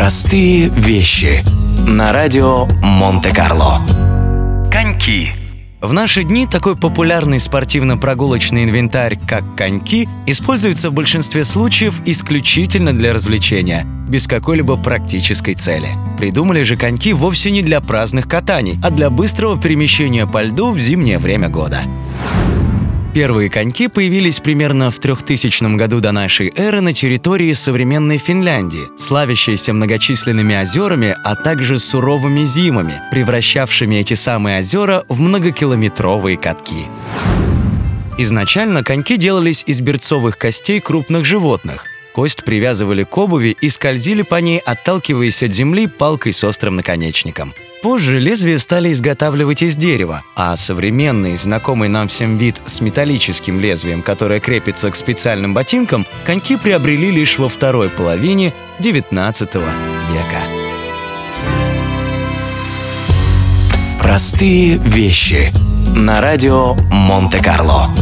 Простые вещи. На радио Монте-Карло. Коньки. В наши дни такой популярный спортивно-прогулочный инвентарь, как коньки, используется в большинстве случаев исключительно для развлечения, без какой-либо практической цели. Придумали же коньки вовсе не для праздных катаний, а для быстрого перемещения по льду в зимнее время года. Первые коньки появились примерно в 3000 году до нашей эры на территории современной Финляндии, славящейся многочисленными озерами, а также суровыми зимами, превращавшими эти самые озера в многокилометровые катки. Изначально коньки делались из берцовых костей крупных животных. Кость привязывали к обуви и скользили по ней, отталкиваясь от земли палкой с острым наконечником. Позже лезвия стали изготавливать из дерева, а современный, знакомый нам всем вид с металлическим лезвием, которое крепится к специальным ботинкам, коньки приобрели лишь во второй половине XIX века. Простые вещи. На радио Монте-Карло.